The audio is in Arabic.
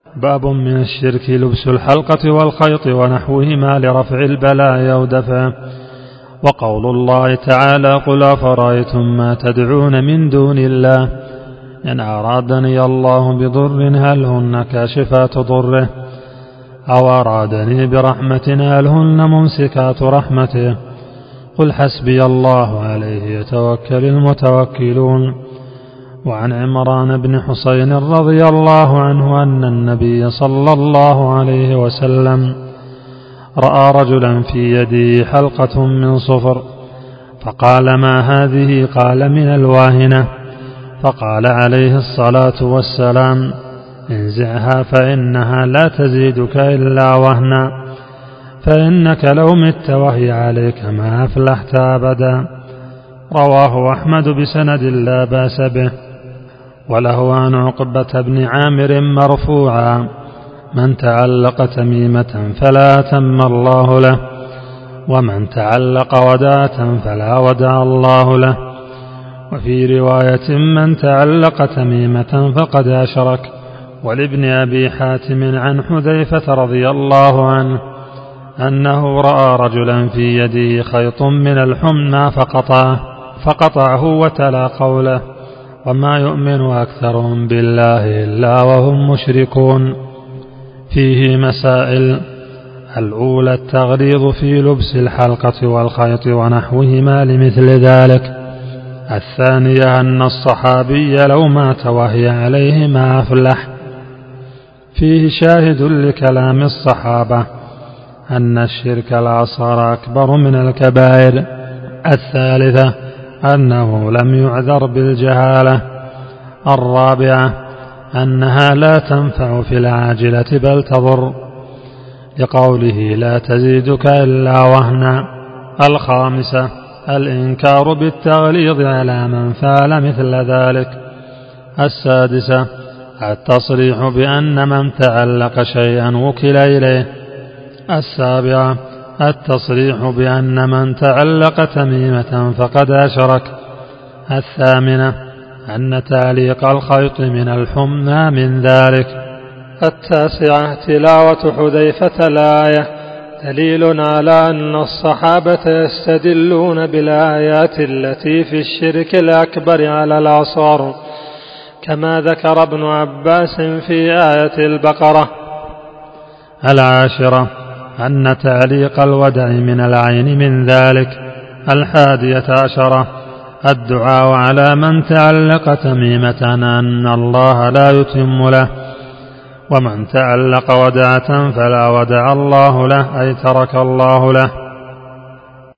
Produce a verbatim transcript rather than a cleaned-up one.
باب من الشرك لبس الحلقة والخيط ونحوهما لرفع البلاء أو دفعه. وقول الله تعالى قل أفرأيتم ما تدعون من دون الله إن أرادني الله بضر هل هن كاشفات ضره أو أرادني برحمة هل هن ممسكات رحمته قل حسبي الله عليه يتوكل المتوكلون. وعن عمران بن حسين رضي الله عنه أن النبي صلى الله عليه وسلم رأى رجلا في يده حلقة من صفر فقال ما هذه؟ قال من الواهنة. فقال عليه الصلاة والسلام انزعها فإنها لا تزيدك إلا وهنا فإنك لو مت وهي عليك ما أفلحت أبدا. رواه أحمد بسند لا بأس به. وله عن عقبة بن عامر مرفوعا من تعلق تميمة فلا أتم الله له ومن تعلق وداعة فلا ودع الله له. وفي رواية من تعلق تميمة فقد أشرك. ولابن أبي حاتم عن حذيفة رضي الله عنه أنه رأى رجلا في يده خيط من الحمى فقطعه, فقطعه وتلا قوله وما يؤمن أكثرهم بالله إلا وهم مشركون. فيه مسائل. الأولى التغليظ في لبس الحلقة والخيط ونحوهما لمثل ذلك. الثانية أن الصحابي لو مات وهي عليه ما أفلح. فيه شاهد لكلام الصحابة أن الشرك الأصغر أكبر من الكبائر. الثالثة أنه لم يعذر بالجهالة. الرابعة أنها لا تنفع في العاجلة بل تضر لقوله لا تزيدك إلا وهنا. الخامسة الإنكار بالتغليظ على من فعل مثل ذلك. السادسة التصريح بأن من تعلق شيئا وكل إليه. السابعة التصريح بأن من تعلق تميمة فقد أشرك. الثامنة أن تعليق الخيط من الحمى من ذلك. التاسعة تلاوة حذيفة الآية دليل على أن الصحابة يستدلون بالآيات التي في الشرك الأكبر على الأصغر كما ذكر ابن عباس في آية البقرة. العاشرة أن تعليق الودع من العين من ذلك. الحادية عشرة الدعاء على من تعلق تميمة أن الله لا يتم له ومن تعلق ودعة فلا ودع الله له أي ترك الله له.